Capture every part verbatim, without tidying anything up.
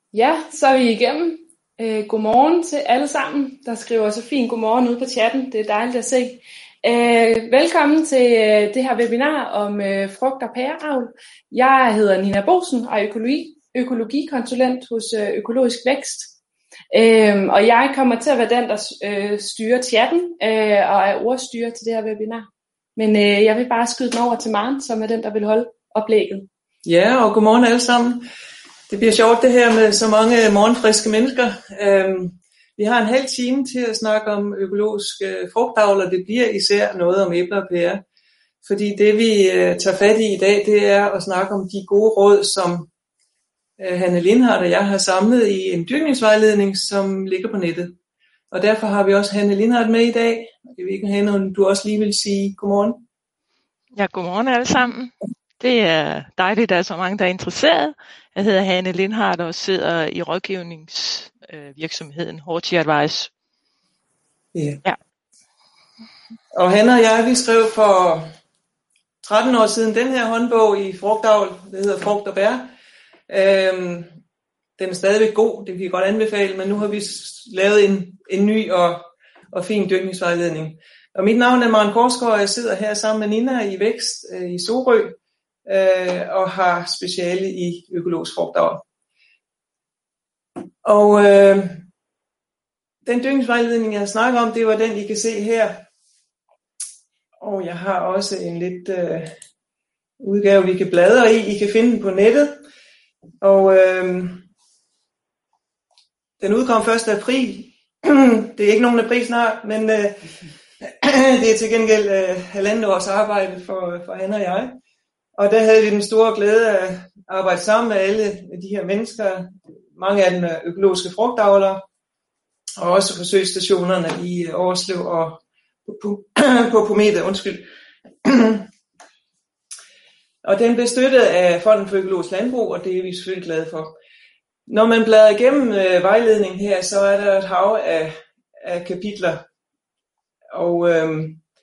Ja, så er vi igennem. Øh, godmorgen til alle sammen, der skriver så fint godmorgen ude på chatten. Det er dejligt at se. Øh, velkommen til øh, det her webinar om øh, frugt- og pæreavl. Jeg hedder Nina Bosen og er økologi, økologikonsulent hos øh, Økologisk Vækst. Øh, og jeg kommer til at være den, der øh, styrer chatten øh, og er ordstyrer til det her webinar. Men øh, jeg vil bare skyde den over til Maren, som er den, der vil holde oplægget. Ja, og godmorgen alle sammen. Det bliver sjovt det her med så mange morgenfriske mennesker. Øhm, vi har en halv time til at snakke om økologisk øh, frugtavl, og det bliver især noget om æbler og pærer. Fordi det vi øh, tager fat i i dag, det er at snakke om de gode råd, som øh, Hanne Lindhardt og jeg har samlet i en dyrkningsvejledning, som ligger på nettet. Og derfor har vi også Hanne Lindhardt med i dag. Jeg ved ikke, Hanne, om du også lige vil sige godmorgen. Ja, godmorgen alle sammen. Det er dejligt, at der er så mange, der er interesseret. Jeg hedder Hanne Lindhardt og sidder i rådgivningsvirksomheden Horti Advice. Yeah. Ja. Og Hanne og jeg, vi skrev for tretten år siden den her håndbog i frugtavl. Det hedder Frugt og Bær. Øhm, den er stadigvæk god, det kan vi godt anbefale, men nu har vi lavet en, en ny og, og fin dyrkningsvejledning. Og mit navn er Maren Korsgaard, og jeg sidder her sammen med Nina i Vækst øh, i Sorø. Øh, og har speciale i økologisk frugtavl. Og øh, den dyrkningsvejledning, jeg har snakket om, det var den, I kan se her. Og jeg har også en lidt øh, udgave, vi kan bladre i. I kan finde den på nettet. Og øh, den udkom første april. Det er ikke nogen april snart, men øh, det er til gengæld øh, halvandet års arbejde for, for Hanne og jeg. Og der havde vi den store glæde af at arbejde sammen med alle de her mennesker. Mange af dem er økologiske frugtavlere. Og også forsøgsstationerne i Årslev og på, på Pomete, undskyld. Og den blev støttet af Fonden for Økologisk Landbrug, og det er vi selvfølgelig glade for. Når man bladrer igennem øh, vejledningen her, så er der et hav af, af kapitler. Og øh,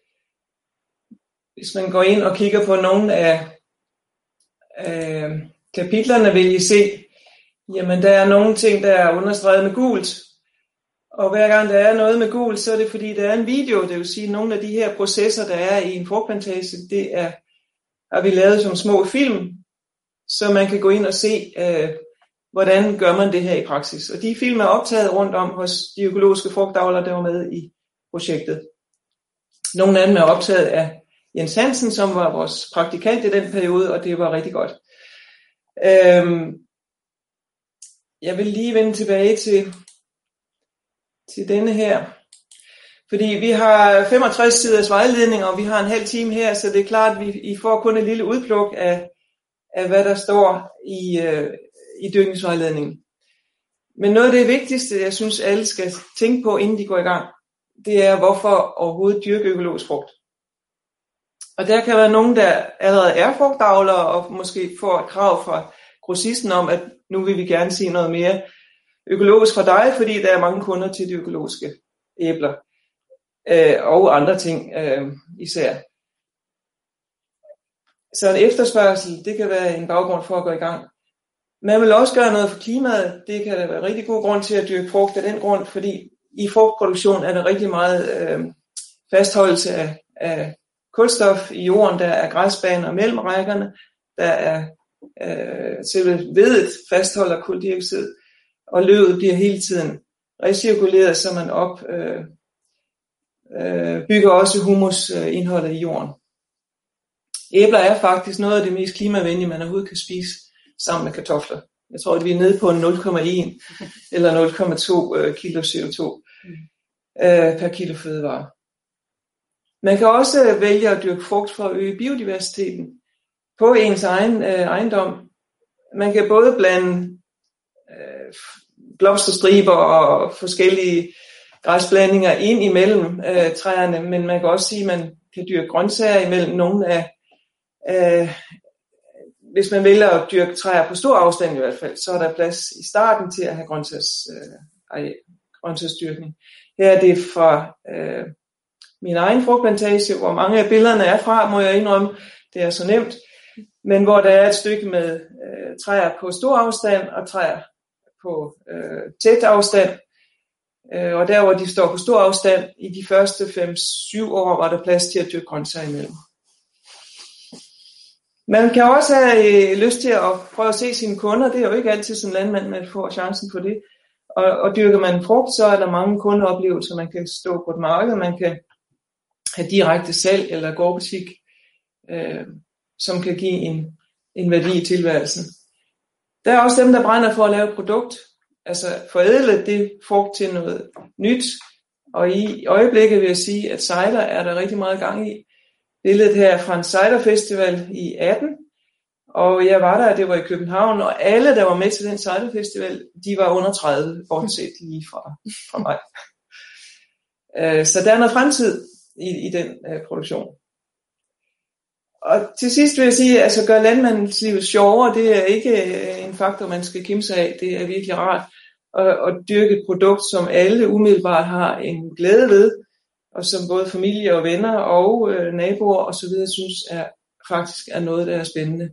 hvis man går ind og kigger på nogle af Øh, kapitlerne, vil I se, jamen der er nogle ting, der er understreget med gult, og hver gang der er noget med gult, så er det fordi der er en video, det vil sige nogle af de her processer, der er i en frugtplantage, det er, har vi lavet som små film, så man kan gå ind og se, øh, hvordan gør man det her i praksis. Og de film er optaget rundt om hos de økologiske frugtavlere, der var med i projektet. Nogle af dem er optaget af Jens Hansen, som var vores praktikant i den periode, og det var rigtig godt. Øhm, jeg vil lige vende tilbage til, til denne her. Fordi vi har femogtres siders vejledning, og vi har en halv time her, så det er klart, at vi, I får kun et lille udpluk af, af hvad der står i, øh, i dyrkningsvejledningen. Men noget af det vigtigste, jeg synes, alle skal tænke på, inden de går i gang, det er, hvorfor overhovedet dyrke økologisk frugt. Og der kan være nogen, der allerede er frugtavlere, og måske får et krav fra grossisten om, at nu vil vi gerne se noget mere økologisk fra dig, fordi der er mange kunder til de økologiske æbler. Øh, og andre ting øh, især. Så en efterspørgsel, det kan være en baggrund for at gå i gang. Man vil også gøre noget for klimaet. Det kan der være rigtig god grund til at dyrke frugt af den grund, fordi i frugtproduktion er der rigtig meget øh, fastholdelse af, af kulstof i jorden, der er græsbaner mellem rækkerne, der er øh, selve vedet fastholder kuldioxid, og løvet bliver hele tiden recirkuleret, så man op øh, øh, bygger også humusindholdet i jorden. Æbler er faktisk noget af det mest klimavenlige, man overhovedet kan spise sammen med kartofler. Jeg tror, at vi er nede på nul komma en eller nul komma to kilo C O to øh, per kilo fødevare. Man kan også vælge at dyrke frugt for at øge biodiversiteten på ens egen øh, ejendom. Man kan både blande øh, blomsterstriber og forskellige græsblandinger ind imellem øh, træerne, men man kan også sige, at man kan dyrke grøntsager imellem nogle af, øh, hvis man vælger at dyrke træer på stor afstand i hvert fald, så er der plads i starten til at have grøntsags, øh, grøntsagsdyrkning. Her er det fra øh, min egen frugtplantage, hvor mange af billederne er fra, må jeg indrømme, det er så nemt, men hvor der er et stykke med øh, træer på stor afstand og træer på øh, tæt afstand, øh, og der hvor de står på stor afstand, i de første fem syv år var der plads til at dyrke grøntsager imellem. Man kan også have øh, lyst til at prøve at se sine kunder. Det er jo ikke altid som landmand, man får chancen på det. Og, og dyrker man frugt, så er der mange kundeoplevelser. Man kan stå på et marked, man kan have direkte salg eller gårdbutik, øh, som kan give en, en værdi i tilværelsen. Der er også dem, der brænder for at lave et produkt. Altså forædle det frugt til noget nyt. Og i øjeblikket vil jeg sige, at cider er der rigtig meget gang i. Billedet her er fra en ciderfestival i atten, og jeg var der, det var i København, og alle, der var med til den ciderfestival, de var under tredive, bortset lige fra, fra mig. Så der er noget fremtid i, i den uh, produktion. Og til sidst vil jeg sige, altså gør landmandens liv sjovere, det er ikke en faktor, man skal kimse af, det er virkelig rart at, at dyrke et produkt, som alle umiddelbart har en glæde ved, og som både familie og venner og øh, naboer og så videre synes er faktisk er noget, der er spændende.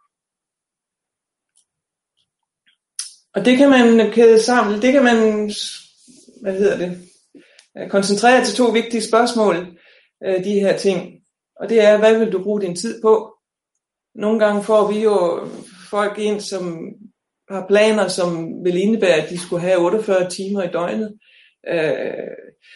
Og det kan man kæde sammen, det kan man, hvad hedder det, koncentrere til to vigtige spørgsmål, øh, de her ting. Og det er, hvad vil du bruge din tid på? Nogle gange får vi jo folk ind, som har planer, som vil indebære, at de skulle have otteogfyrre timer i døgnet. Øh,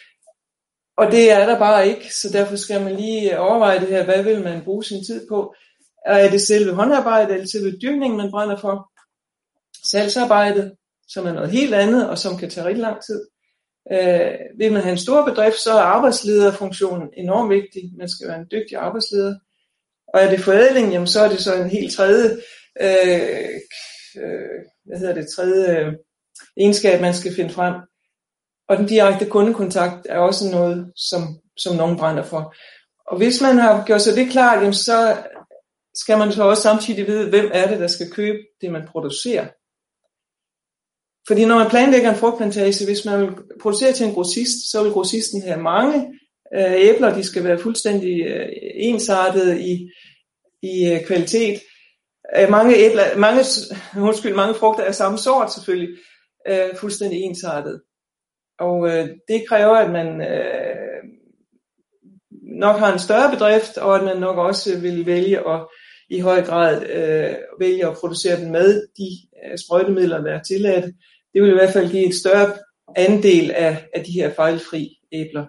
Og det er der bare ikke, så derfor skal man lige overveje det her, hvad vil man bruge sin tid på? Er det selve håndarbejdet eller selve dyrkningen, man brænder for? Salgsarbejdet, som er noget helt andet, og som kan tage rigtig lang tid. Øh, vil man have en stor bedrift, så er arbejdslederfunktionen enormt vigtig. Man skal være en dygtig arbejdsleder. Og er det forædling, jamen, så er det så en helt tredje, øh, øh, hvad hedder det, tredje øh, egenskab, man skal finde frem. Og den direkte kundekontakt er også noget, som, som nogen brænder for. Og hvis man har gjort sig det klart, jamen så skal man så også samtidig vide, hvem er det, der skal købe det, man producerer. Fordi når man planlægger en frugtplantage, hvis man vil producere til en grossist, så vil grossisten have mange øh, æbler, de skal være fuldstændig øh, ensartede i, i øh, kvalitet. Øh, mange, æbler, mange, undskyld, mange frugter af samme sort selvfølgelig, øh, fuldstændig ensartede. Og øh, det kræver, at man øh, nok har en større bedrift, og at man nok også vil vælge at i høj grad øh, vælge at producere den med de øh, sprøjtemidler, der er tilladt. Det vil i hvert fald give et større andel af, af de her fejlfri æbler.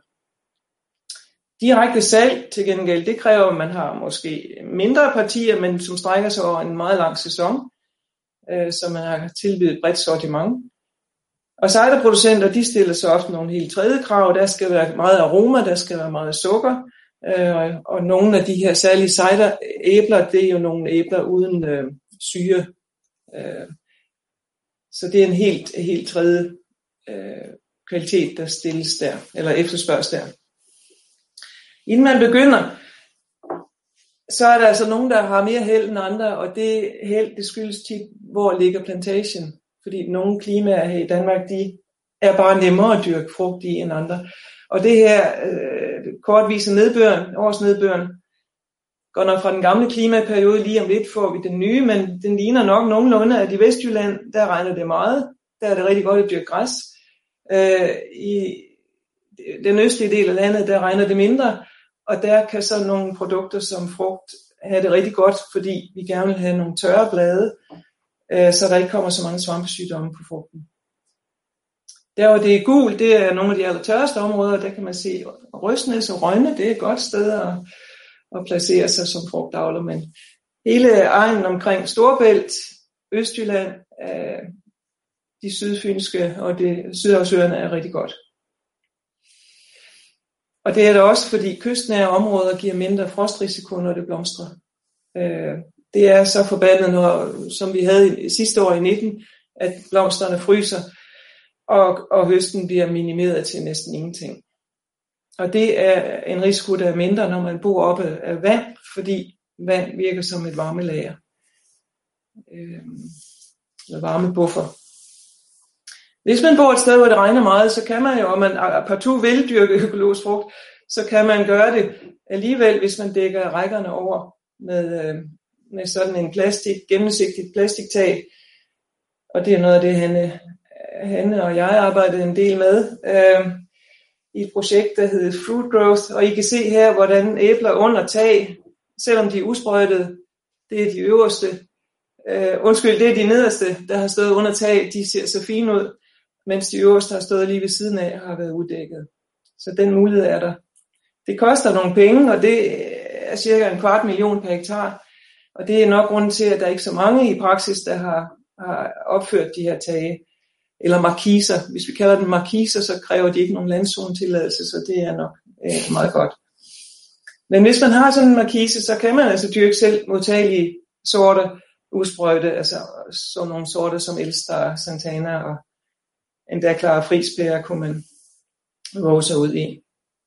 Direkte salg til gengæld, det kræver, at man har måske mindre partier, men som strækker sig over en meget lang sæson, øh, så man har tilbydet et bredt sortiment. Og ciderproducenter, de stiller så ofte nogle helt tredje krav. Der skal være meget aroma, der skal være meget sukker. Øh, og nogle af de her særlige cideræbler, det er jo nogle æbler uden øh, syre. Øh, så det er en helt, helt tredje øh, kvalitet, der stilles der, eller efterspørges der. Inden man begynder, så er der altså nogen, der har mere held end andre, og det held, det skyldes tit, hvor ligger plantagen. Fordi nogle klimaer her i Danmark, de er bare nemmere at dyrke frugt i end andre. Og det her øh, kort viser nedbøren, årsnedbøren, går nok fra den gamle klimaperiode, lige om lidt får vi den nye, men den ligner nok nogenlunde, at i Vestjylland, der regner det meget. Der er det rigtig godt at dyrke græs. Øh, I den østlige del af landet, der regner det mindre, og der kan så nogle produkter som frugt have det rigtig godt, fordi vi gerne vil have nogle tørre blade, så der ikke kommer så mange svampesygdomme på frugten. Der hvor det er gult, det er nogle af de allertørreste områder, der kan man se Røsnæs og Rønne, det er et godt sted at, at placere sig som frugtavler, men hele egnen omkring Storebælt, Østjylland, de sydfynske og det sydhavsøerne er rigtig godt. Og det er det også, fordi kystnære områder giver mindre frostrisiko, når det blomstrer. Det er så forbandet, når, som vi havde sidste år i nitten, at blomsterne fryser, og, og høsten bliver minimeret til næsten ingenting. Og det er en risiko, der er mindre, når man bor oppe af vand, fordi vand virker som et varmelager. Øh, eller varmebuffer. Hvis man bor et sted, hvor det regner meget, så kan man jo, og man partout vil dyrke økologisk frugt, så kan man gøre det alligevel, hvis man dækker rækkerne over med, øh, med sådan en plastik, gennemsigtigt plastiktag. Og det er noget af det, Hanne Hanne og jeg arbejdede en del med øh, i et projekt, der hedder Fruit Growth, og I kan se her, hvordan æbler under tag, selvom de er usprøjtede, det er de øverste, øh, undskyld, det er de nederste, der har stået under tag, de ser så fine ud, mens de øverste har stået lige ved siden af og har været uddækket. Så den mulighed er der. Det koster nogle penge, og det er cirka en kvart million per hektar, og det er nok grunden til, at der ikke er så mange i praksis, der har, har opført de her tage, eller markiser. Hvis vi kalder dem markiser, så kræver de ikke nogen landzonetilladelse, så det er nok øh, meget godt. Men hvis man har sådan en markise, så kan man altså dyrke selv modtagelige sorter, usprøjte, altså sådan nogle sorter som Elstar, Santana og endda klare frispærer kunne man våge sig ud i.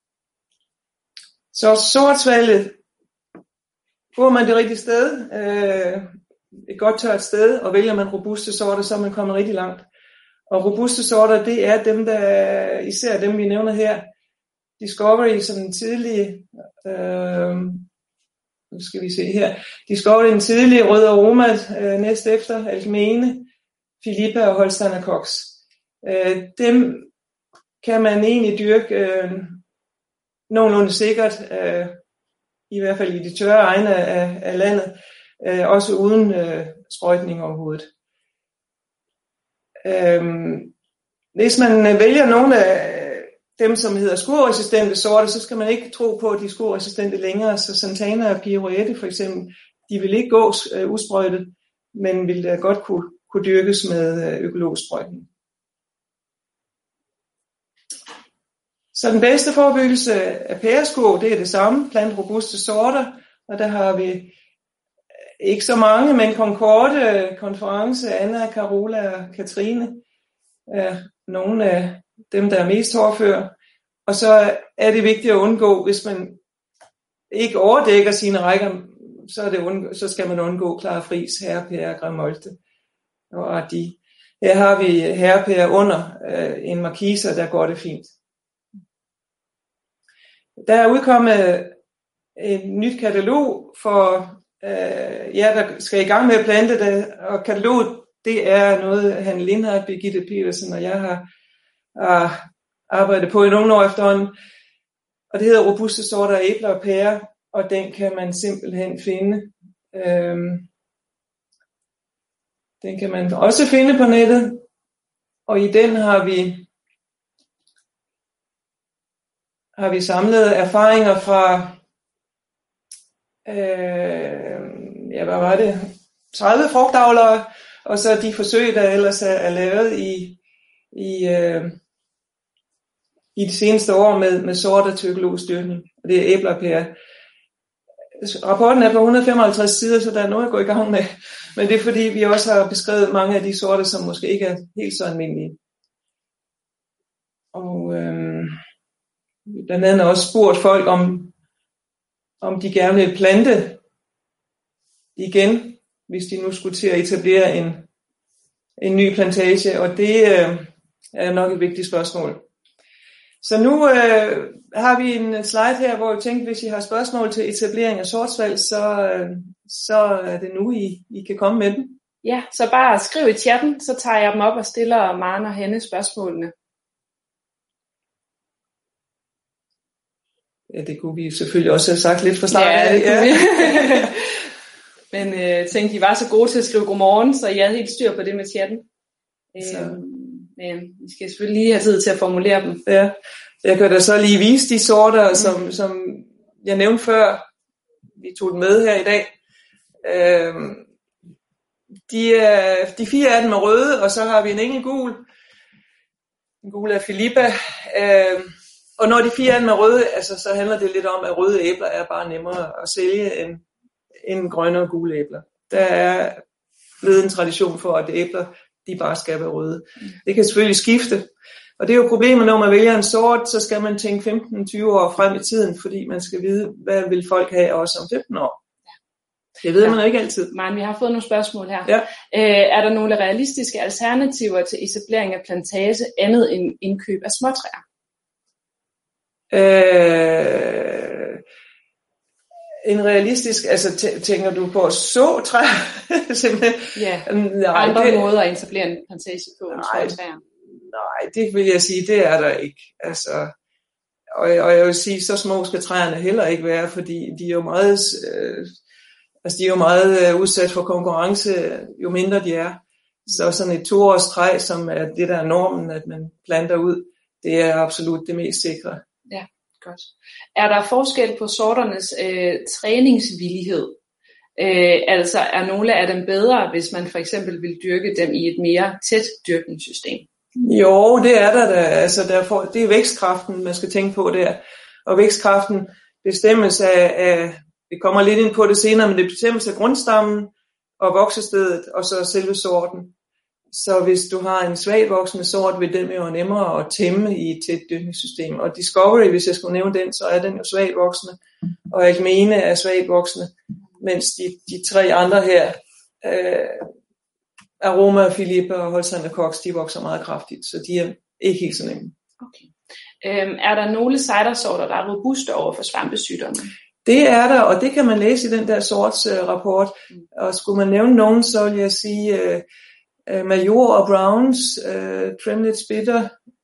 Så sortsvalget, får man det rigtige sted, øh, et godt tørt sted, og vælger man robuste sorter, så er man kommet rigtig langt. Og robuste sorter, det er dem, der, især dem vi nævner her, Discovery som den tidlige, øh, nu skal vi se her, Discovery den tidlige, Rød Aroma, øh, næst efter, Alkmene, Filippa og Holsteiner Cox. Øh, dem kan man egentlig dyrke øh, nogenlunde sikkert, øh, i hvert fald i de tørre egne af, af landet, øh, også uden øh, sprøjtning overhovedet. Øh, hvis man øh, vælger nogle af dem, som hedder skurresistente sorter, så skal man ikke tro på, at de er skurresistente længere. Så Santana og Pirouette for eksempel, de vil ikke gå øh, usprøjtet, men vil da godt kunne, kunne dyrkes med øh, økologisk sprøjtning. Så den bedste forebyggelse af pæreskurv, det er det samme, plante robuste sorter, og der har vi ikke så mange, men Concorde, Konference, Anna, Carola og Katrine, er nogle af dem, der er mest hårdfør. Og så er det vigtigt at undgå, hvis man ikke overdækker sine rækker, så, er det undgå, så skal man undgå Klar Fris, Herrepære, Gramolte og Ardi. Her har vi Herrepære under øh, en markiser, der går det fint. Der er udkommet et nyt katalog for øh, jer, der skal i gang med at plante det, og kataloget, det er noget, Hanne Lindhardt, Birgitte Petersen og jeg har, har arbejdet på i nogle år efterhånden, og det hedder Robuste sorter af æbler og pærer, og den kan man simpelthen finde. Øhm, den kan man også finde på nettet, og i den har vi har vi samlet erfaringer fra, øh, ja, hvad var det, tredive frugtavlere, og så de forsøg, der ellers er, er lavet i, i, øh, i de seneste år med, med sorter til økologisk dyrkning. Og det er æbler og pærer. Rapporten er på et hundrede og femoghalvtreds sider, så der er noget at gå i gang med. Men det er fordi, vi også har beskrevet mange af de sorter, som måske ikke er helt så almindelige. Og øh, blandt andet også spurgt folk, om, om de gerne vil plante igen, hvis de nu skulle til at etablere en, en ny plantage, og det øh, er nok et vigtigt spørgsmål. Så nu øh, har vi en slide her, hvor jeg tænkte, hvis I har spørgsmål til etablering af sortsvalg, så, øh, så er det nu, I, I kan komme med dem. Ja, så bare skriv i chatten, så tager jeg dem op og stiller Maren og Hanne spørgsmålene. Ja, det kunne vi selvfølgelig også have sagt lidt fra starten. Ja, det kunne ja. vi. Men jeg øh, tænkte, I var så gode til at skrive godmorgen, så jeg havde helt styr på det med chatten. Øh, men vi skal selvfølgelig lige have tid til at formulere dem. Ja, jeg kan da så lige vise de sorter, mm. som, som jeg nævnte før. Vi tog dem med her i dag. Øh, de, er, de fire af dem er røde, og så har vi en enkelt gul. En gul er Filippa. Øh, Og når de fire af dem er røde, altså, så handler det lidt om, at røde æbler er bare nemmere at sælge end, end grønne og gule æbler. Der er blevet en tradition for, at æbler de bare skal være røde. Det kan selvfølgelig skifte. Og det er jo problemet, når man vælger en sort, så skal man tænke femten til tyve år frem i tiden, fordi man skal vide, hvad vil folk have også om femten år. Det ved ja. man jo ikke altid. Maren, vi har fået nogle spørgsmål her. Ja. Øh, er der nogle realistiske alternativer til etablering af plantage andet end indkøb af småtræer? Øh, en realistisk, altså t- tænker du på at så træer? Simpelthen. Ja, nej, andre det, måder at etablere en plantage på en nej, småtræer. Nej, det vil jeg sige, det er der ikke. Altså, og, og jeg vil sige, så små skal træerne heller ikke være, fordi de er jo meget, øh, altså de er jo meget øh, udsat for konkurrence, jo mindre de er. Så sådan et toårs træ, som er det der er normen, at man planter ud, det er absolut det mest sikre. Ja, godt. Er der forskel på sorternes øh, træningsvillighed? Øh, altså er nogle af dem bedre, hvis man for eksempel vil dyrke dem i et mere tæt dyrkningssystem? Jo, det er der da. Altså, derfor, det er vækstkraften, man skal tænke på der. Og vækstkraften bestemmes af, af, vi kommer lidt ind på det senere, men det bestemmes af grundstammen og voksestedet, og så selve sorten. Så hvis du har en svagt voksende sort, vil den jo nemmere at tæmme i et tæt dyrkningssystem. Og Discovery, hvis jeg skulle nævne den, så er den jo svagt voksende, og Almene er svagt voksende, mens de, de tre andre her, øh, Aroma, Philippa og Holstein og Cox, de vokser meget kraftigt, så de er ikke helt så nemme. Okay. Øhm, er der nogle cidersorter, der er robuste over for svampesygdomme? Det er der, og det kan man læse i den der sorts uh, rapport. Mm. Og skulle man nævne nogen, så vil jeg sige uh, uh, Major og Browns, uh, Tremlet Spitter,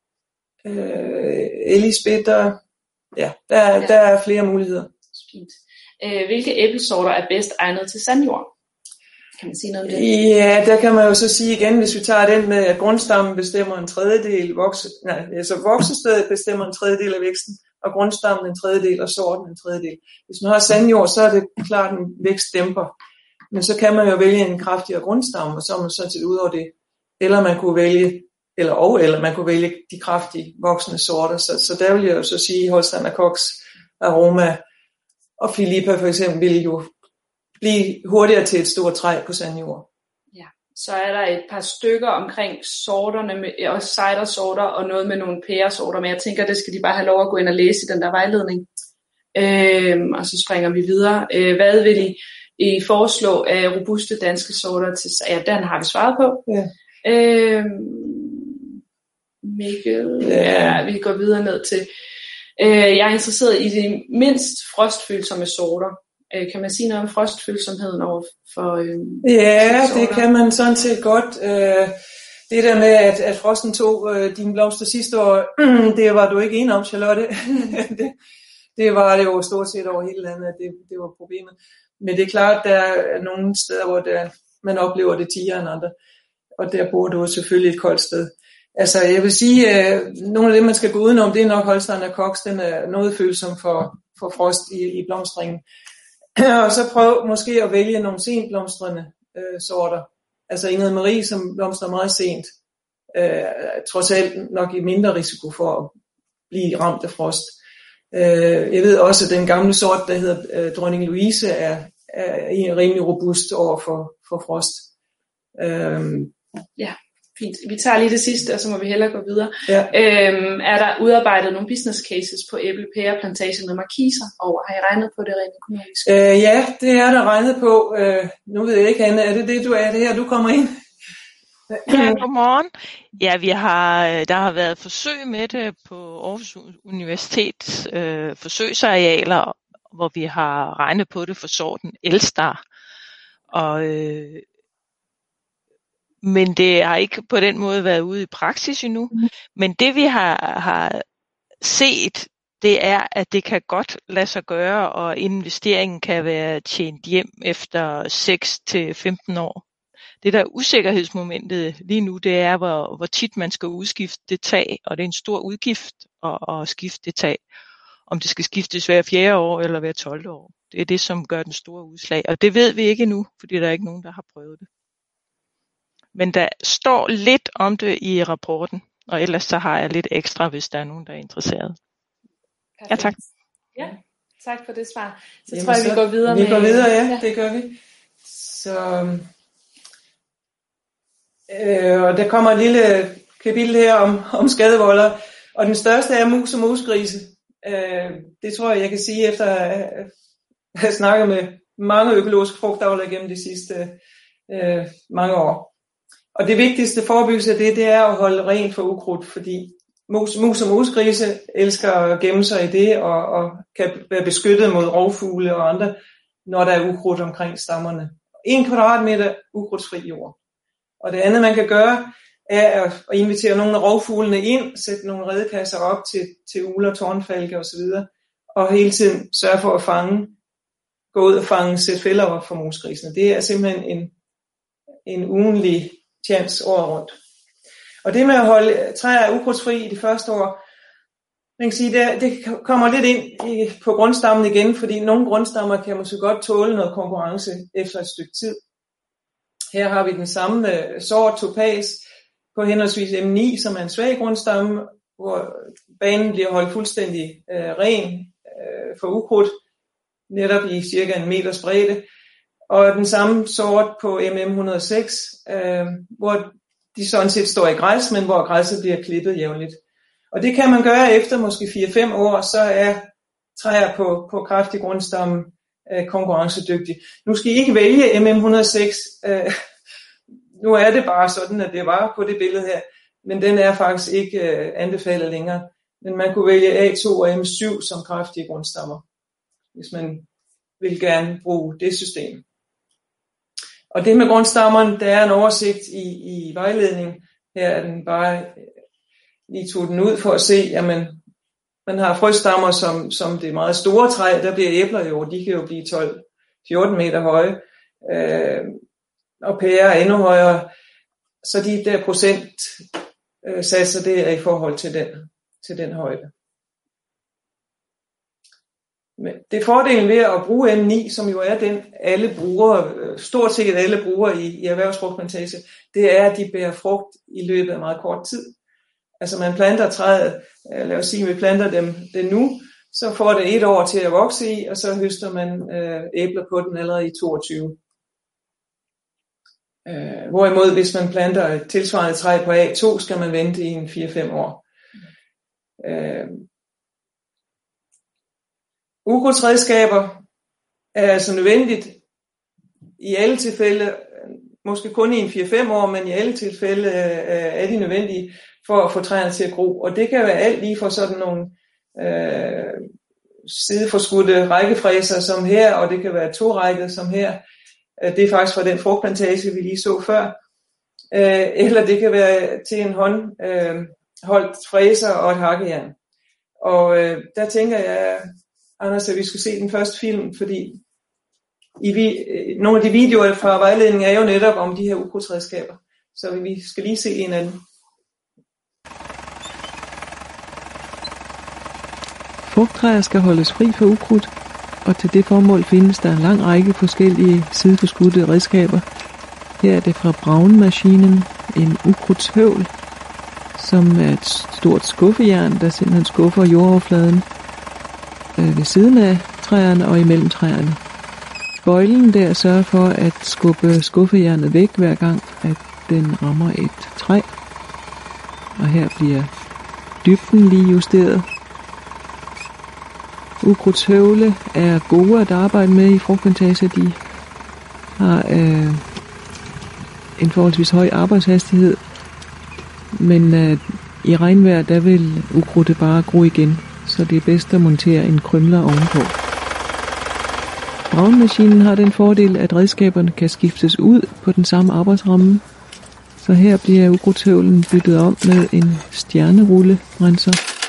uh, Ellie Spitter. Ja, der, ja, der er flere muligheder. Fint. Uh, hvilke æblesorter er bedst egnet til sandjord? Kan man sige noget om det? Ja, der kan man jo så sige igen, hvis vi tager den med, at grundstammen bestemmer en tredjedel, vokse, nej, altså voksestedet bestemmer en tredjedel af væksten, og grundstammen en tredjedel, og sorten en tredjedel. Hvis man har sandjord, så er det klart en vækstdæmper. Men så kan man jo vælge en kraftigere grundstamme, og så er man sådan set ud over det. Eller man kunne vælge, eller og eller man kunne vælge de kraftige voksne sorter. Så, så der vil jeg jo så sige, Holstein og Cox, Aroma og Philippa for eksempel ville jo blive hurtigere til et stort træ på sandjord. Ja, så er der et par stykker omkring sorterne, med, også cidersorter og noget med nogle pæresorter, men jeg tænker, det skal de bare have lov at gå ind og læse i den der vejledning. Øhm, og så springer vi videre. Øh, hvad vil I, I foreslå af robuste danske sorter til? Ja, den har vi svaret på. Ja. Øhm, Mikkel, ja. ja, vi går videre ned til. Øh, jeg er interesseret i de mindst frostfølsomme sorter. Kan man sige noget om frostfølsomheden over for øh, Ja, det kan man sådan set godt. Øh, det der med, at, at frosten tog øh, dine blomster sidste år, det var du ikke enig om, Charlotte. det, det var det jo stort set over hele landet, at det, det var problemet. Men det er klart, at der er nogle steder, hvor der, man oplever det tiere end andre. Og der bor du selvfølgelig et koldt sted. Altså, jeg vil sige, øh, nogle af det, man skal gå udenom, det er nok Holstein og Cox. Den er noget følsom for, for frost i, i blomstringen. Og så prøv måske at vælge nogle senblomstrende øh, sorter. Altså Ingrid Marie, som blomstrer meget sent, øh, trods alt nok i mindre risiko for at blive ramt af frost. Øh, jeg ved også, at den gamle sort, der hedder øh, Dronning Louise, er, er rimelig robust over for, for frost. Øh, ja. Fint. Vi tager lige det sidste, og så må vi hellere gå videre. Ja. Øhm, er der udarbejdet nogle business cases på æblepæreplantagen med markiser over? Har I regnet på det rent økonomisk? Øh, ja, det er der regnet på. Øh, nu ved jeg ikke, Anne, er det det, du er det her, du kommer ind? Ja, godmorgen. Ja, vi har, der har været forsøg med det på Aarhus Universitets øh, forsøgsarealer, hvor vi har regnet på det for sorten Elstar. Og øh, Men det har ikke på den måde været ude i praksis endnu. Mm. Men det vi har, har set, det er, at det kan godt lade sig gøre, og investeringen kan være tjent hjem efter seks til femten år. Det der usikkerhedsmomentet lige nu, det er, hvor, hvor tit man skal udskifte det tag, og det er en stor udgift at, at skifte det tag. Om det skal skiftes hver fjerde år eller hver tolvte år. Det er det, som gør den store udslag. Og det ved vi ikke endnu, fordi der er ikke nogen, der har prøvet det. Men der står lidt om det i rapporten, og ellers så har jeg lidt ekstra, hvis der er nogen, der er interesseret. Perfekt. Ja, tak. Ja, tak for det svar. Så Jamen, tror jeg, vi går videre vi med... Vi går videre, ja, ja, det gør vi. Så, øh, og der kommer et lille kapitel her om, om skadevolder, og den største er mus og musgrise. Øh, det tror jeg, jeg kan sige, efter at have snakket med mange økologiske frugtavlere gennem de sidste øh, mange år. Og det vigtigste forebyggelse af det, det er at holde rent for ukrudt, fordi mus, mus og musgrise elsker at gemme sig i det, og, og kan være beskyttet mod rovfugle og andre, når der er ukrudt omkring stammerne. En kvadratmeter ukrudtsfri jord. Og det andet, man kan gøre, er at invitere nogle af rovfuglene ind, sætte nogle redekasser op til, til ugler, tårnfalke osv., og hele tiden sørge for at fange, gå ud og fange, sætte fælder op for mosgrisene. Det er simpelthen en, en ugenlig chance året rundt. Og det med at holde træer ukrudtsfri i de første år, man kan sige, det, det kommer lidt ind i, på grundstammen igen, fordi nogle grundstammer kan måske godt tåle noget konkurrence efter et stykke tid. Her har vi den samme sort topaz på henholdsvis M ni, som er en svag grundstamme, hvor banen bliver holdt fuldstændig øh, ren øh, for ukrudt, netop i cirka en meters bredde. Og den samme sort på M M et hundrede og seks, øh, hvor de sådan set står i græs, men hvor græsset bliver klippet jævnligt. Og det kan man gøre efter måske fire til fem år, så er træer på, på kraftig grundstamme øh, konkurrencedygtige. Nu skal I ikke vælge M M et hundrede og seks. Øh, nu er det bare sådan, at det var på det billede her, men den er faktisk ikke øh, anbefalet længere. Men man kunne vælge A to og M syv som kraftige grundstammer, hvis man vil gerne bruge det system. Og det med grundstammerne, der er en oversigt i, i vejledning. Her er den bare lige tog den ud for at se, at man, man har frøstammer som, som det meget store træ, der bliver æbler jo, de kan jo blive tolv til fjorten meter høje, øh, og pærer er endnu højere, så de der procent øh, satser, det er i forhold til den, til den højde. Men det er fordelen ved at bruge M ni, som jo er den alle bruger, stort set alle bruger i, i erhvervsfrugtplantage, det er, at de bærer frugt i løbet af meget kort tid. Altså man planter træet, lad os sige, vi planter dem det nu, så får det et år til at vokse i, og så høster man øh, æbler på den allerede i toogtyve. Øh, hvorimod hvis man planter et tilsvarende træ på A to, skal man vente i en fire til fem år. Øh, Ukrudtsredskaber er altså nødvendigt i alle tilfælde, måske kun i en fire til fem år, men i alle tilfælde øh, er de nødvendige for at få træerne til at gro. Og det kan være alt lige fra sådan nogle øh, sideforskudte rækkefræser som her, og det kan være torækket som her. Det er faktisk fra den frugtplantage, vi lige så før. Øh, eller det kan være til en håndholdt øh, fræser og et hakkejern. Og øh, der tænker jeg, Anders, at vi skal se den første film, fordi i vi, nogle af de videoer fra vejledningen er jo netop om de her ukrudtsredskaber. Så vi skal lige se en af dem. Frugttræer skal holdes fri for ukrudt, og til det formål findes der en lang række forskellige sideforskudte redskaber. Her er det fra Braun-maskinen en ukrudtshøvl, som er et stort skuffejern, der simpelthen skuffer jordoverfladen øh, ved siden af træerne og imellem træerne. Bøjlen der sørger for at skubbe skuffejernet væk hver gang, at den rammer et træ. Og her bliver dybden lige justeret. Ukrudtshøvle er gode at arbejde med i frugtplantager. De har øh, en forholdsvis høj arbejdshastighed, men øh, i regnvejr der vil ukrudtet bare gro igen, så det er bedst at montere en krymler ovenpå. Braun-maskinen har den fordel, at redskaberne kan skiftes ud på den samme arbejdsramme, så her bliver ukrudtshøvlen byttet om med en stjernerullerenser.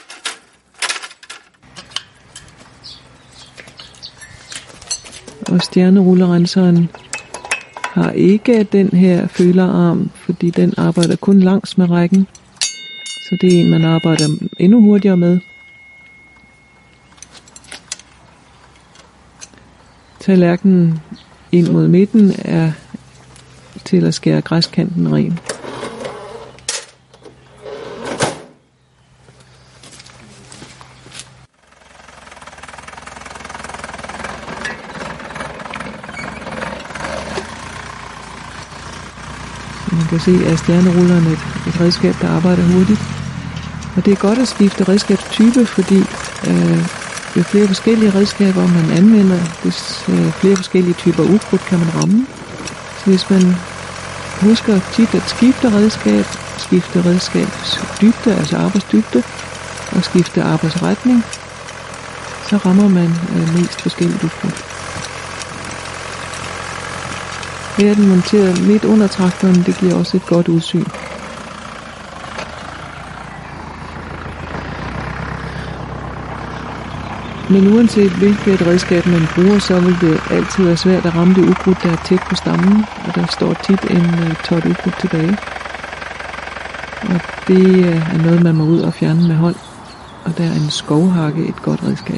Og stjernerullerenseren har ikke den her følerarm, fordi den arbejder kun langs med rækken. Så det er en, man arbejder endnu hurtigere med. Tallerkenen ind mod midten er til at skære græskanten ren. Man kan se, at stjernerulleren er et, et redskab, der arbejder hurtigt. Og det er godt at skifte redskabstype, fordi øh, jo flere forskellige redskaber man anvender, des øh, flere forskellige typer ukrudt kan man ramme. Så hvis man husker tit at skifte redskab, skifte redskabsdybde, altså arbejdsdybde, og skifte arbejdsretning, så rammer man øh, mest forskelligt ukrudt. Her er den monteret midt under traktoren, det giver også et godt udsyn. Men uanset hvilket redskab man bruger, så vil det altid være svært at ramme det ukrudt, der er tæt på stammen, og der står tit en uh, tot ukrudt tilbage. Og det uh, er noget, man må ud og fjerne med hånd, og der er en skovhakke et godt redskab.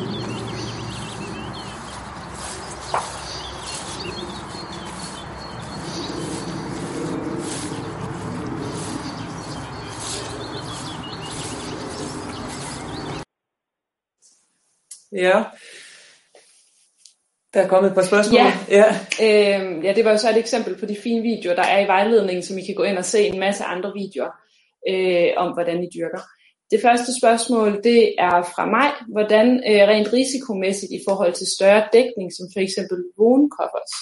Ja, der er kommet et par spørgsmål. Ja, ja. Øh, ja det var jo så et eksempel på de fine videoer, der er i vejledningen, som I kan gå ind og se en masse andre videoer øh, om, hvordan I dyrker. Det første spørgsmål, det er fra mig. Hvordan øh, rent risikomæssigt i forhold til større dækning, som for eksempel vågen covers?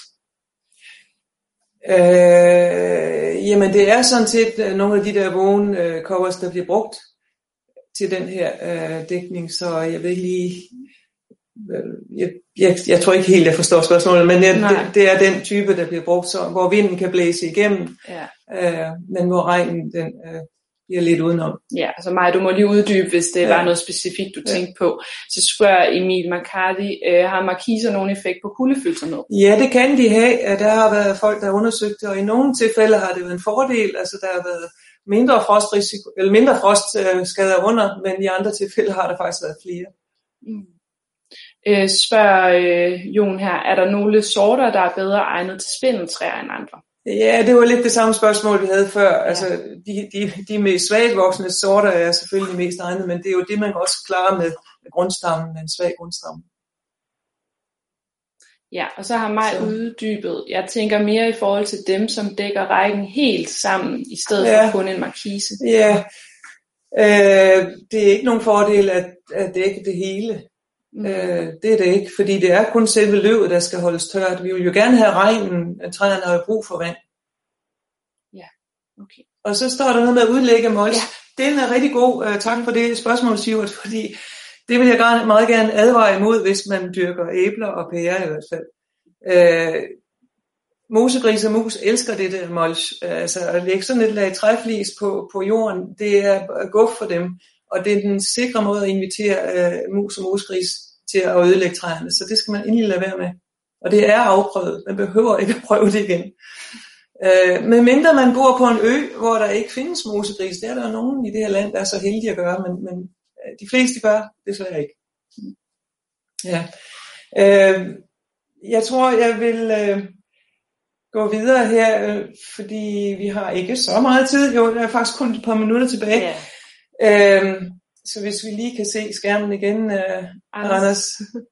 Øh, jamen det er sådan set nogle af de der vågen øh, covers, der bliver brugt til den her øh, dækning, så jeg ved ikke lige... Jeg, jeg, jeg tror ikke helt, jeg forstår spørgsmålet, men jeg, det, det er den type, der bliver brugt, så, hvor vinden kan blæse igennem, ja. øh, men hvor regnen den, øh, bliver lidt udenom. Ja, altså Maja, du må lige uddybe, hvis det ja. var noget specifikt, du ja. tænkte på. Så spørger Emil McCarty, øh, har markiser nogen effekt på kuldefyldsomhed? Ja, det kan de have. Der har været folk, der har undersøgt det, og i nogle tilfælde har det været en fordel, altså der har været mindre frostrisiko, eller mindre frostskader under, men i andre tilfælde har der faktisk været flere. Mm. Øh, spørger øh, Jon her, er der nogle sorter, der er bedre egnet til spindeltræer end andre? Ja, det var lidt det samme spørgsmål, vi havde før. Ja. Altså, de, de, de mest svagt voksne sorter er selvfølgelig mest egnet, men det er jo det, man også klarer med, med grundstammen, med en svag grundstamme. Ja, og så har mig så. uddybet. Jeg tænker mere i forhold til dem, som dækker rækken helt sammen, i stedet ja. for kun en markise. Ja, øh, det er ikke nogen fordel at, at dække det hele. Mm. Øh, det er det ikke, fordi det er kun selve løvet, der skal holdes tørt. Vi vil jo gerne have regnen, at træerne har brug for vand. Ja, okay. Og så står der noget med at udlægge mols. Ja. Den er rigtig god. Uh, tak for det spørgsmål, Sivert, fordi det vil jeg gerne, meget gerne advare imod, hvis man dyrker æbler og pærer i hvert fald. Uh, Mosegris og mus elsker det der mols. Uh, altså at lægge sådan et lag træflis på, på jorden, det er guf for dem. Og det er den sikre måde at invitere uh, mus og mosegris til at ødelægge træerne. Så det skal man endelig lade være med. Og det er afprøvet. Man behøver ikke at prøve det igen. Uh, men mindre man bor på en ø, hvor der ikke findes mosegris, det er der nogen i det her land, der er så heldige at gøre, men, men uh, de fleste gør desværre ikke. Ja. Uh, jeg tror, jeg vil uh, gå videre her, uh, fordi vi har ikke så meget tid. Jo, der er faktisk kun et par minutter tilbage. Yeah. Uh, så hvis vi lige kan se skærmen igen, uh, Anders. Anders.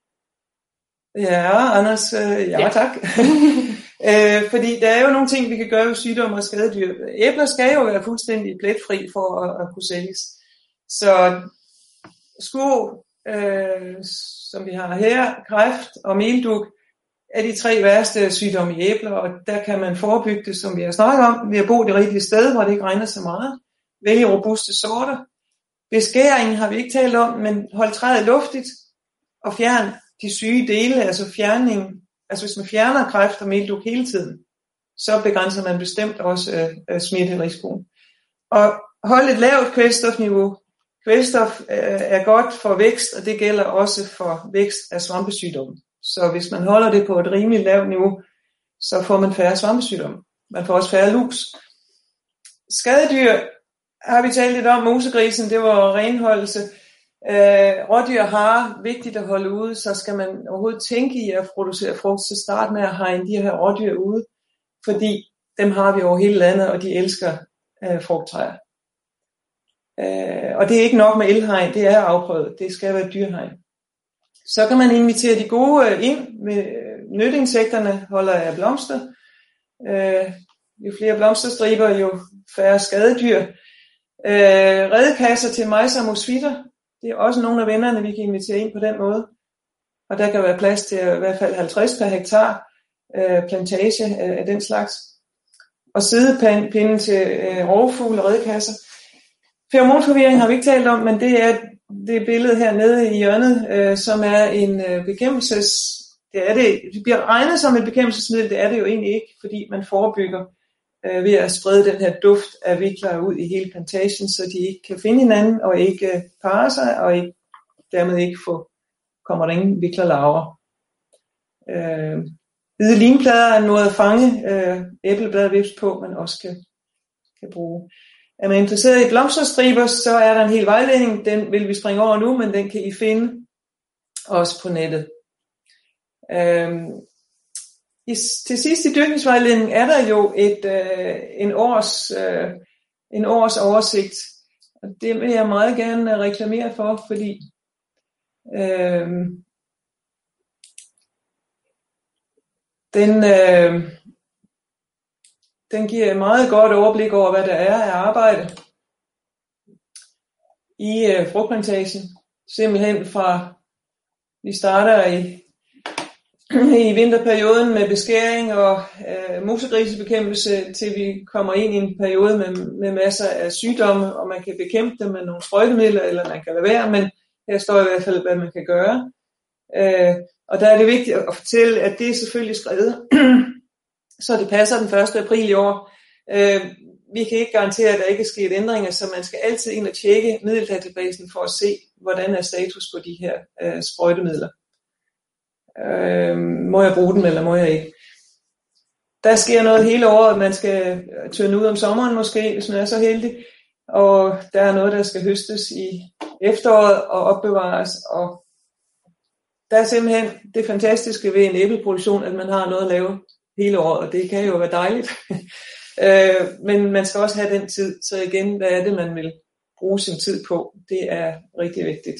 Ja, Anders, uh, ja, ja. Tak. Øh, fordi der er jo nogle ting, vi kan gøre ved sygdomme og skadedyr. Æbler skal jo være fuldstændig pletfri for at, at kunne sælges. Så skurv, øh, som vi har her, kræft og meldug, er de tre værste sygdomme i æbler, og der kan man forebygge det, som vi har snakket om, ved at bo det rigtige sted, hvor det ikke regner så meget. Vælge robuste sorter. Beskæringen har vi ikke talt om, men hold træet luftigt og fjern de syge dele, altså fjerning. Altså hvis man fjerner kræft og meldug hele tiden, så begrænser man bestemt også øh, smitterisikoen. Og hold et lavt kvælstofniveau. Kvælstof øh, er godt for vækst, og det gælder også for vækst af svampesygdomme. Så hvis man holder det på et rimeligt lavt niveau, så får man færre svampesygdomme. Man får også færre lus. Skadedyr har vi talt lidt om. Mosegrisen, det var renholdelse. Øh, rådyr har vigtigt at holde ude, så skal man overhovedet tænke i at producere frugt, så start med at hegne de her rådyr ude, fordi dem har vi over hele landet, og de elsker øh, frugttræer. Øh, og det er ikke nok med elhegn, det er afprøvet, det skal være dyrhegn. Så kan man invitere de gode ind med nyteinsekterne, holder af blomster. Øh, jo flere blomsterstriber, jo færre skadedyr. Øh, redekasser til majs og musvitter. Det er også nogle af vennerne, vi kan invitere ind på den måde. Og der kan være plads til i hvert fald halvtreds per hektar øh, plantage af, af den slags. Og sidepinde til øh, rovfugle og redekasser. Feromonforvirring har vi ikke talt om, men det er det billede her nede i hjørnet, øh, som er en øh, bekæmpelses... Det, er det, det bliver regnet som et bekæmpelsesmiddel, det er det jo egentlig ikke, fordi man forebygger øh, ved at sprede den her duft af vikler ud i hele plantagen, så de ikke kan finde hinanden og ikke øh, parre sig og ikke, dermed ikke få kommer der ingen viklerlarver. Øh, hvide limplader er en måde at fange øh, æblebladvips på, man også kan, kan bruge. Er man interesseret i blomsterstriber, så er der en hel vejledning. Den vil vi springe over nu, men den kan I finde også på nettet. Øhm, i, til sidst i dyrkningsvejledningen er der jo et, øh, en, års, øh, en års oversigt. Og det vil jeg meget gerne reklamere for, fordi øh, den, øh, den giver et meget godt overblik over, hvad der er af arbejde i øh, frugtplantagen. Simpelthen fra, vi starter i, i vinterperioden med beskæring og øh, musegrisebekæmpelse, til vi kommer ind i en periode med, med masser af sygdomme, og man kan bekæmpe dem med nogle sprøjtemidler, eller man kan lade være, men her står i hvert fald, hvad man kan gøre. Øh, og der er det vigtigt at fortælle, at det er selvfølgelig skrevet, så det passer den første april i år. Øh, vi kan ikke garantere, at der ikke er sket ændringer, så man skal altid ind og tjekke middeldatabasen for at se, hvordan er status på de her øh, sprøjtemidler. Øh, må jeg bruge dem, eller må jeg ikke? Der sker noget hele året, man skal tørne ud om sommeren måske, hvis man er så heldig, og der er noget, der skal høstes i efteråret og opbevares, og der er simpelthen det fantastiske ved en æbleproduktion, at man har noget at lave hele året, og det kan jo være dejligt. øh, men man skal også have den tid, så igen, hvad er det, man vil bruge sin tid på? Det er rigtig vigtigt.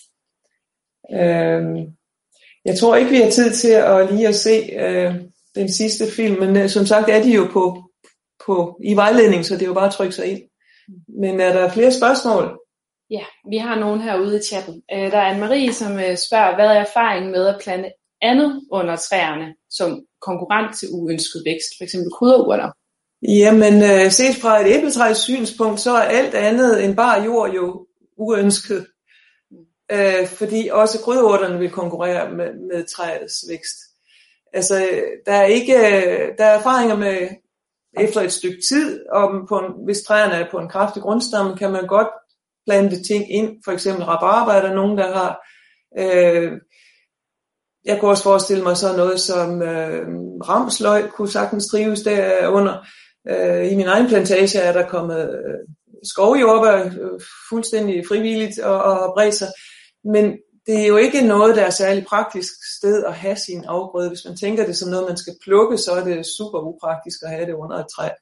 Øh, jeg tror ikke, vi har tid til at lige at se øh, den sidste film, men øh, som sagt er de jo på, på, i vejledning, så det er jo bare at trykke sig ind. Men er der flere spørgsmål? Ja, vi har nogen herude i chatten. Der er Anne-Marie, som spørger, hvad er erfaringen med at plante andet under træerne som konkurrent til uønsket vækst, f.eks. krydderurter? Jamen, set fra et æbletræs synspunkt, så er alt andet end bare jord jo uønsket. Mm. Fordi også krydderurterne vil konkurrere med, med træets vækst. Altså, der er ikke, der er erfaringer med, efter et stykke tid, og på en, hvis træerne er på en kraftig grundstamme, kan man godt plante ting ind, for eksempel rabarber, er der nogen, der har. Øh, jeg kunne også forestille mig sådan noget som øh, ramsløg, kunne sagtens trives derunder. Øh, I min egen plantage er der kommet øh, skovjordbær øh, fuldstændig frivilligt og, og har bredt sig. Men det er jo ikke noget, der er særlig praktisk sted at have sin afgrøde. Hvis man tænker det som noget, man skal plukke, så er det super upraktisk at have det under et træ.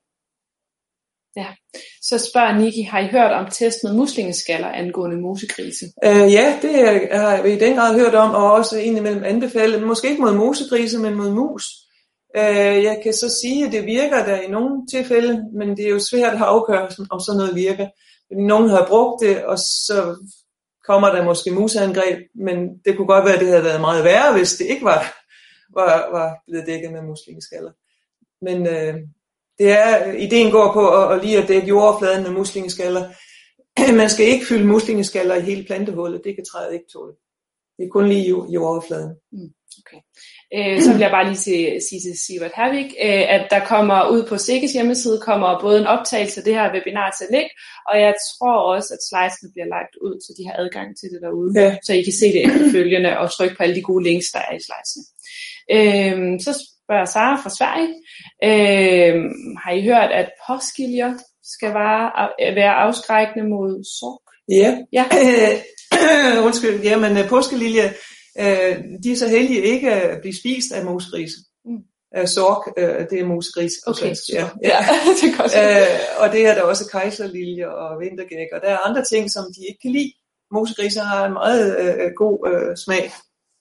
Ja, så spørger Niki, har I hørt om test med muslingeskaller angående musegrise? Øh, ja, det har jeg i den grad hørt om, og også indimellem anbefalet. Måske ikke mod musegrise, men mod mus. Øh, jeg kan så sige, at det virker der i nogle tilfælde, men det er jo svært at afgøre, om sådan noget virker. Fordi nogen har brugt det, og så kommer der måske museangreb, men det kunne godt være, at det havde været meget værre, hvis det ikke var, var, var blevet dækket med muslingeskaller. Men øh, det er, ideen går på at, at lige at dække jordoverfladen med muslingeskaller. Man skal ikke fylde muslingeskaller i hele plantehullet, det kan træet ikke tåle. Det er kun lige jordoverfladen. Mm, okay. Øh, så vil jeg bare lige sige, sige til Sivert Hervik, øh, at der kommer ud på Sikkes hjemmeside, kommer både en optagelse af det her webinar til at ligge, og jeg tror også, at slidesene bliver lagt ud, så de har adgang til det derude, ja. Så I kan se det efterfølgende og trykke på alle de gode links, der er i slidesene. Øh, så spørger Sara fra Sverige, øh, har I hørt, at påskiljer skal være, være afskrækkende mod sorg? Ja, ja. Undskyld, ja, men påskeliljer, øh, de er så heldige ikke at blive spist af musegrise. Mm. Uh, sorg, uh, det er musegris. Okay, ja. ja. Det er godt. Uh, og det er der også kejserliljer og vintergæk, og der er andre ting, som de ikke kan lide. Musegriser har en meget uh, god uh, smag,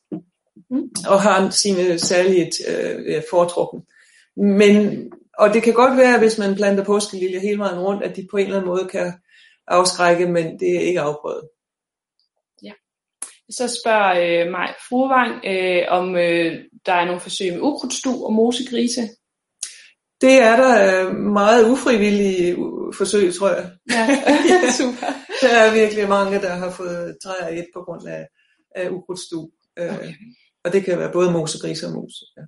mm. og har sine særlige uh, foretrukne. Men, og det kan godt være, hvis man planter påskeliljer hele vejen rundt, at de på en eller anden måde kan afskrække, men det er ikke afprøvet. Ja. Så spørger øh, Maj Fruevang, øh, om øh, der er nogle forsøg med ukrudtstug og mosegrise. Det er der øh, meget ufrivillige forsøg, tror jeg. Ja, super. Der er virkelig mange, der har fået træer et på grund af, af ukrudtstug. Øh, okay. Og det kan være både mosegrise og mus. Ja.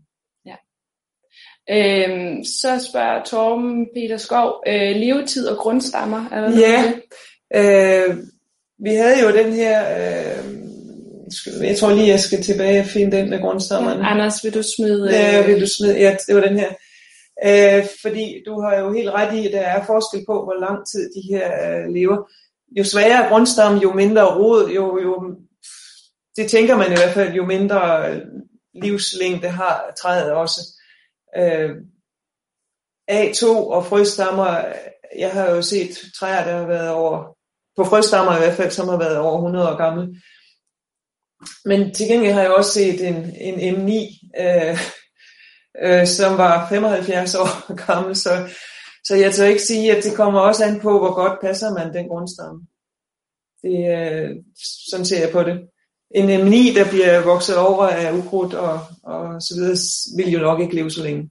Øhm, så spørger Torben Peter Skov, øh, levetid og grundstammer. Er der ja, øh, vi havde jo den her øh, Jeg tror lige, jeg skal tilbage og finde den med grundstammerne. Ja, Anders, vil du smide... Øh... Ja, vil du smide... Ja, det var den her. Øh, fordi du har jo helt ret i, at der er forskel på, hvor lang tid de her øh, lever. Jo svagere grundstamme, jo mindre rod, jo, jo... Det tænker man i hvert fald, jo mindre livslængde har træet også. Øh, A to og frøstammer, jeg har jo set træer, der har været over... På frøstammer i hvert fald, som har været over hundrede år gamle. Men til gengæld har jeg også set en, en M ni, øh, øh, som var femoghalvfjerds år gammel, så, så jeg tør ikke sige, at det kommer også an på, hvor godt passer man den grundstamme. Det, øh, sådan ser jeg på det. En M ni, der bliver vokset over af ukrudt og, og så videre, vil jo nok ikke leve så længe.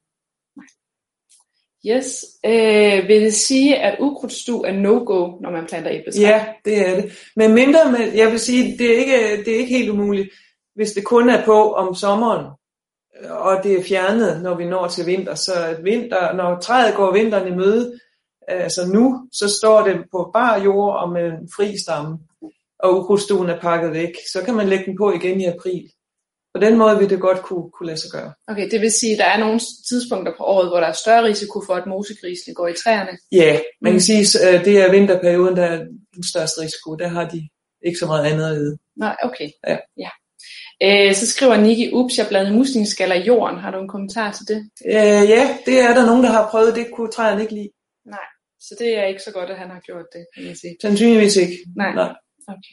Yes. Øh, vil det sige, at ukrudtstue er no-go, når man planter æbletræer? Ja, det er det. Men mindre, med, jeg vil sige, det er, ikke, det er ikke helt umuligt, hvis det kun er på om sommeren, og det er fjernet, når vi når til vinter. Så at vinter, når træet går vinteren i møde, altså nu, så står det på bar jord og med en fri stamme, og ukrudtstuen er pakket væk. Så kan man lægge den på igen i april. På den måde vil det godt kunne, kunne lade sig gøre. Okay, det vil sige, at der er nogle tidspunkter på året, hvor der er større risiko for, at mosegrisene går i træerne? Ja, man kan sige, at det er vinterperioden, der er den største risiko. Der har de ikke så meget andet at lide. Nej, okay. Ja. Ja. Øh, så skriver Niki, ups, jeg blandede muslingeskaller i jorden. Har du en kommentar til det? Øh, ja, det er der nogen, der har prøvet. Det kunne træerne ikke lide. Nej, så det er ikke så godt, at han har gjort det, kan man sige. Sandsynligvis ikke. Nej, Nej. Okay.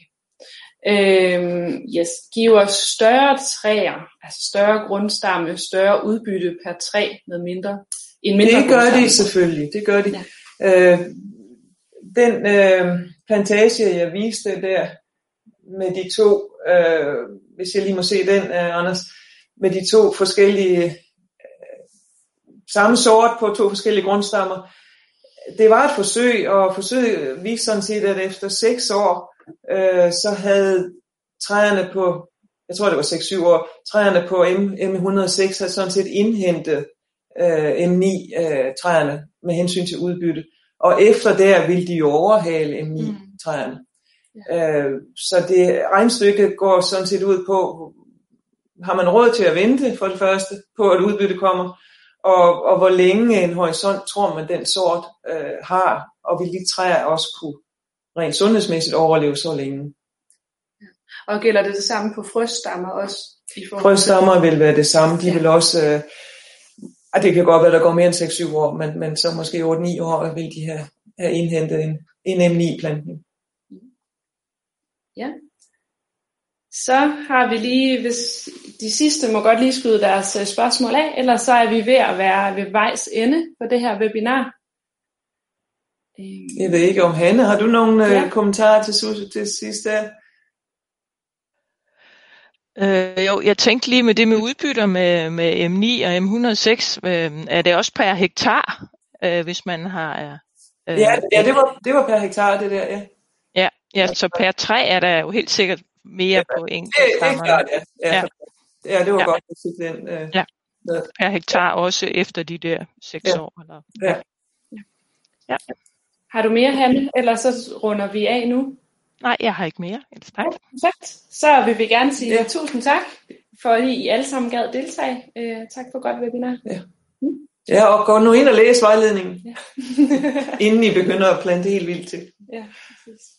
Øhm, yes, giver større træer, altså større grundstamme, større udbytte per træ med mindre, en mindre det gør de selvfølgelig, det gør de. Ja. Øh, den øh, plantage, jeg viste der, med de to, øh, hvis jeg lige må se den, øh, Anders, med de to forskellige, øh, samme sort på to forskellige grundstammer, det var et forsøg, og forsøget viste sådan set, at efter seks år, øh, så havde træerne på, jeg tror det var seks syv år, træerne på M et hundrede og seks havde sådan set indhentet øh, M ni øh, træerne med hensyn til udbytte. Og efter der ville de jo overhale M ni træerne. Mm. Ja. Øh, så det regnstykke går sådan set ud på, har man råd til at vente for det første, på at udbytte kommer, og, og hvor længe en horisont tror man den sort øh, har, og hvilke træer også kunne rent sundhedsmæssigt overleve så længe. Ja. Og gælder det det samme på frøstammer også? Frøstammer vil være det samme, de ja. vil også, øh, det kan godt være, der går mere end seks syv år, men, men så måske otte ni år vil de have, have indhentet en, en M ni plantning. Ja. Så har vi lige, hvis de sidste må godt lige skyde deres spørgsmål af, ellers så er vi ved at være ved vejs ende på det her webinar. Jeg ved ikke om Hanne, har du nogle ja. øh, kommentarer til, til sidst der? Øh, jo, jeg tænkte lige med det med udbytter med, med M ni og M et hundrede og seks, øh, er det også per hektar, øh, hvis man har... Øh, ja, ja det, var, det var per hektar det der, ja. Ja, ja, så per træ er der jo helt sikkert mere ja, på enkeltstammer. Det er klart, ja. Ja, ja. ja det var ja. godt at sige den. Øh, ja, per hektar også efter de der seks ja. år. Eller, ja. Ja. ja. Har du mere, Hanne? Ellers så runder vi af nu. Nej, jeg har ikke mere. Ellers tak. Perfekt. Så vil vi gerne sige ja. tusind tak, for at I alle sammen gad deltage. Uh, tak for godt webinar. Ja. Mm. Ja, og gå nu ind og læs vejledningen, ja. inden I begynder at plante helt vildt til. Ja, præcis.